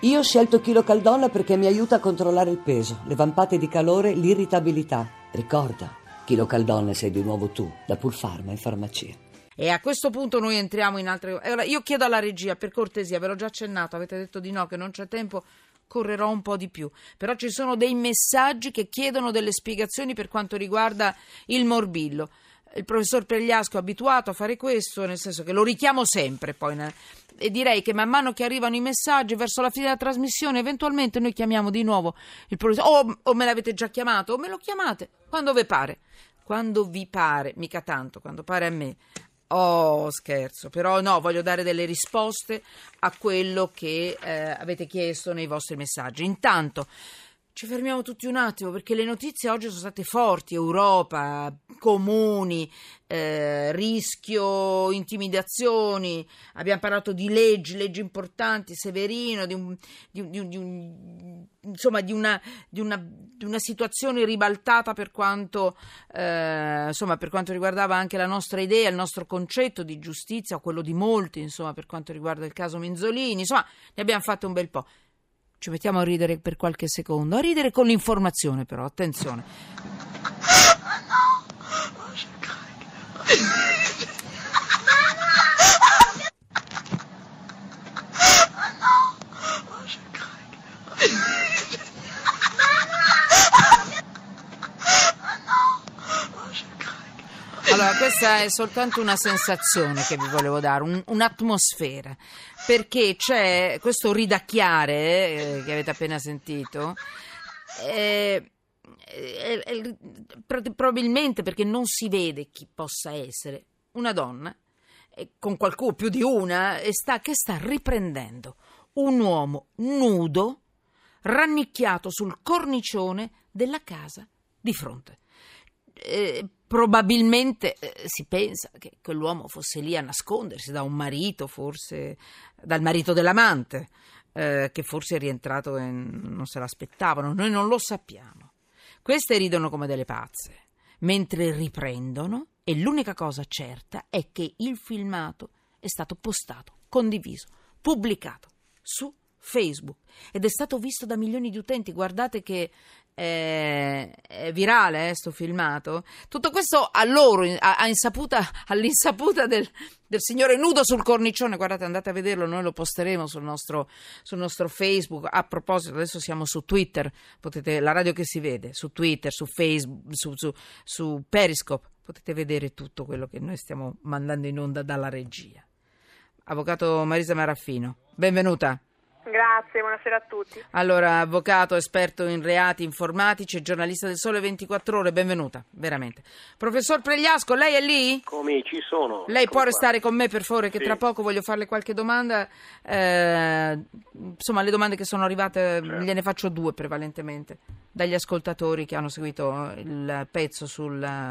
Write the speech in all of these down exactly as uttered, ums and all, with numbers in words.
Io ho scelto KiloCaldon perché mi aiuta a controllare il peso, le vampate di calore, l'irritabilità. Ricorda, KiloCaldon sei di nuovo tu, da Pulpharma in farmacia. E a questo punto noi entriamo in altre... Allora, io chiedo alla regia, per cortesia, ve l'ho già accennato, avete detto di no, che non c'è tempo, correrò un po' di più. Però ci sono dei messaggi che chiedono delle spiegazioni per quanto riguarda il morbillo. Il professor Pregliasco è abituato a fare questo, nel senso che lo richiamo sempre poi, né? E direi che man mano che arrivano i messaggi verso la fine della trasmissione eventualmente noi chiamiamo di nuovo il professor, o, o me l'avete già chiamato o me lo chiamate quando vi pare, quando vi pare, mica tanto, quando pare a me. Oh, scherzo, però no, voglio dare delle risposte a quello che eh, avete chiesto nei vostri messaggi. Intanto ci fermiamo tutti un attimo perché le notizie oggi sono state forti. Europa, comuni, eh, rischio, intimidazioni. Abbiamo parlato di leggi, leggi importanti, Severino, di un, di un, di un, di un insomma di una, di una, di una situazione ribaltata per quanto, eh, insomma, per quanto riguardava anche la nostra idea, il nostro concetto di giustizia, o quello di molti, insomma, per quanto riguarda il caso Minzolini. Insomma, ne abbiamo fatto un bel po'. Ci mettiamo a ridere per qualche secondo, a ridere con l'informazione però, attenzione. Allora, questa è soltanto una sensazione che vi volevo dare, un, un'atmosfera, perché c'è questo ridacchiare eh, che avete appena sentito, eh, eh, eh, probabilmente perché non si vede chi possa essere una donna, eh, con qualcuno, più di una, e sta, che sta riprendendo un uomo nudo, rannicchiato sul cornicione della casa di fronte. Eh, probabilmente eh, si pensa che quell'uomo fosse lì a nascondersi da un marito, forse dal marito dell'amante, eh, che forse è rientrato e non se l'aspettavano. Noi non lo sappiamo. Queste ridono come delle pazze, mentre riprendono, e l'unica cosa certa è che il filmato è stato postato, condiviso, pubblicato su Facebook ed è stato visto da milioni di utenti. Guardate che è, è virale eh, sto filmato. Tutto questo a loro, a, a insaputa, all'insaputa del, del signore nudo sul cornicione. Guardate, andate a vederlo, noi lo posteremo sul nostro, sul nostro Facebook. A proposito, adesso siamo su Twitter, potete, la radio che si vede su Twitter, su Facebook, su, su, su Periscope, potete vedere tutto quello che noi stiamo mandando in onda dalla regia. Avvocato Marisa Maraffino, benvenuta. Grazie, buonasera a tutti. Allora, avvocato, esperto in reati informatici e giornalista del Sole ventiquattro Ore, benvenuta, veramente. Professor Pregliasco, lei è lì? Come ci sono? Lei ecco può qua. restare con me, per favore, che sì. Tra poco voglio farle qualche domanda. Eh, insomma, le domande che sono arrivate, certo. Gliene faccio due prevalentemente, dagli ascoltatori che hanno seguito il pezzo sul,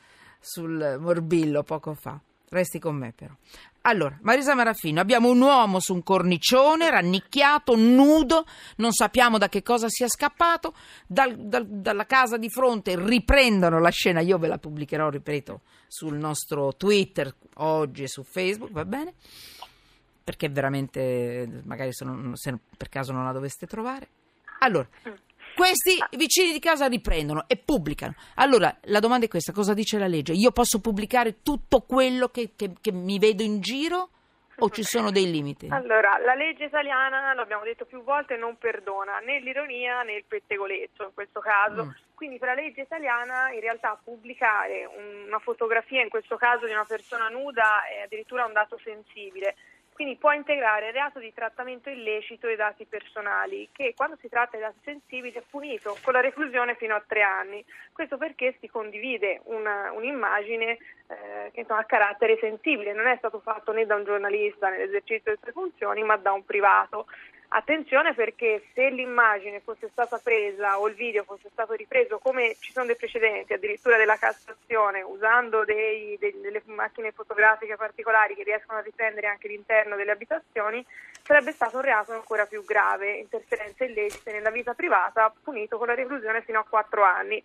sul morbillo poco fa. Resti con me, però. Allora, Marisa Maraffino, abbiamo un uomo su un cornicione, rannicchiato, nudo, non sappiamo da che cosa sia scappato, dal, dal, dalla casa di fronte riprendono la scena, io ve la pubblicherò, ripeto, sul nostro Twitter oggi e su Facebook, va bene? Perché veramente, magari se, non, se per caso non la doveste trovare. Allora, questi vicini di casa riprendono e pubblicano. Allora, la domanda è questa: cosa dice la legge? Io posso pubblicare tutto quello che, che, che mi vedo in giro o ci sono dei limiti? Allora, la legge italiana, lo abbiamo detto più volte, non perdona né l'ironia né il pettegolezzo in questo caso. Mm. Quindi per la legge italiana in realtà pubblicare una fotografia, in questo caso di una persona nuda, è addirittura un dato sensibile. Quindi può integrare il reato di trattamento illecito dei dati personali, che quando si tratta di dati sensibili è punito con la reclusione fino a tre anni. Questo perché si condivide una, un'immagine eh, che insomma, ha carattere sensibile, non è stato fatto né da un giornalista nell'esercizio delle sue funzioni, ma da un privato. Attenzione, perché se l'immagine fosse stata presa o il video fosse stato ripreso, come ci sono dei precedenti, addirittura della Cassazione, usando dei, dei, delle macchine fotografiche particolari che riescono a riprendere anche l'interno delle abitazioni, sarebbe stato un reato ancora più grave, interferenze illecite nella vita privata, punito con la reclusione fino a quattro anni.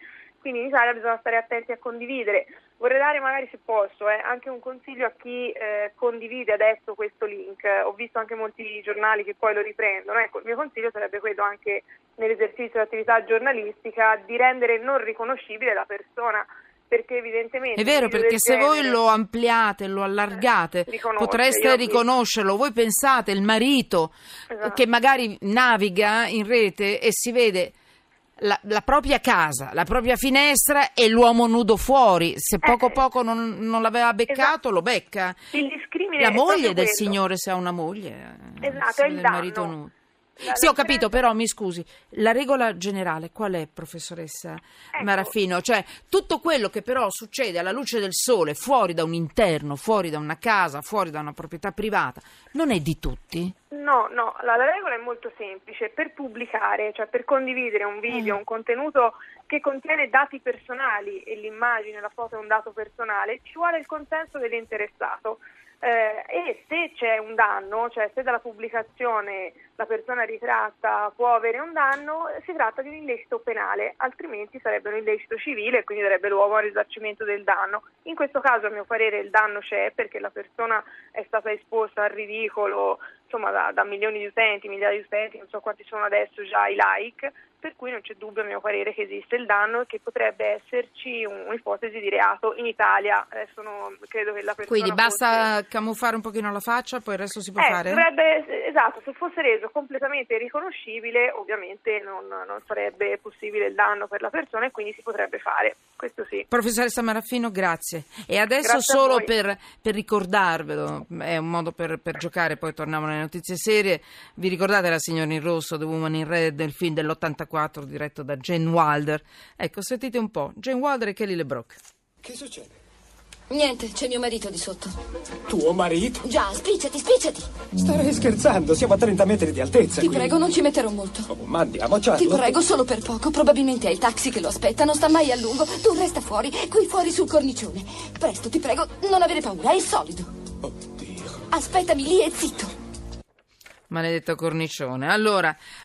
quindi in Italia bisogna stare attenti a condividere. Vorrei dare magari, se posso, eh, anche un consiglio a chi eh, condivide adesso questo link. Ho visto anche molti giornali che poi lo riprendono. Ecco, il mio consiglio sarebbe quello anche nell'esercizio dell'attività giornalistica di rendere non riconoscibile la persona, perché evidentemente... È vero, perché se genere, voi lo ampliate, lo allargate, eh, potreste riconoscerlo. Voi pensate, il marito esatto. che magari naviga in rete e si vede la, la propria casa, la propria finestra e l'uomo nudo fuori, se poco eh, poco non, non l'aveva beccato, esatto. lo becca. Il discrimine La è moglie del quello. signore, se ha una moglie, Esatto, se è il del danno. marito nudo. La Sì, ho differenza... capito, però mi scusi, la regola generale qual è, professoressa ecco. Marafino? Cioè, tutto quello che però succede alla luce del sole, fuori da un interno, fuori da una casa, fuori da una proprietà privata, non è di tutti? No, no, la, la regola è molto semplice. Per pubblicare, cioè per condividere un video, Eh. un contenuto che contiene dati personali, e l'immagine, la foto è un dato personale, ci vuole il consenso dell'interessato. Eh, e se c'è un danno, cioè se dalla pubblicazione la persona ritratta può avere un danno, si tratta di un illecito penale, altrimenti sarebbe un illecito civile e quindi darebbe luogo al risarcimento del danno. In questo caso, a mio parere, il danno c'è perché la persona è stata esposta al ridicolo, insomma, da, da milioni di utenti, migliaia di utenti, non so quanti sono adesso già i like, per cui non c'è dubbio, a mio parere, che esiste il danno e che potrebbe esserci un, un'ipotesi di reato in Italia. Adesso non, credo che la persona Quindi basta fosse... camuffare un pochino la faccia, poi il resto si può eh, fare? Dovrebbe, esatto, se fosse reso completamente riconoscibile, ovviamente non, non sarebbe possibile il danno per la persona e quindi si potrebbe fare, questo sì. Professoressa Marafino, grazie. E adesso Grazie a solo voi. per, per ricordarvelo, è un modo per, per giocare, poi torniamo alle notizie serie. Vi ricordate La signora in rosso, The Woman in Red, del film dell'ottantaquattro diretto da Gene Wilder? Ecco, sentite un po', Gene Wilder e Kelly LeBrock. Che succede? Niente, c'è mio marito di sotto. Tuo marito? Già, spicciati, spicciati. Starei scherzando, siamo a trenta metri di altezza. Ti qui. prego, non ci metterò molto. Oh, ma andiamo, Charlotte. Ti prego, solo per poco. Probabilmente è il taxi che lo aspetta, non sta mai a lungo. Tu resta fuori, qui fuori sul cornicione. Presto, ti prego, non avere paura, è solido. Oddio. Aspettami lì e zitto. Maledetto cornicione. Allora,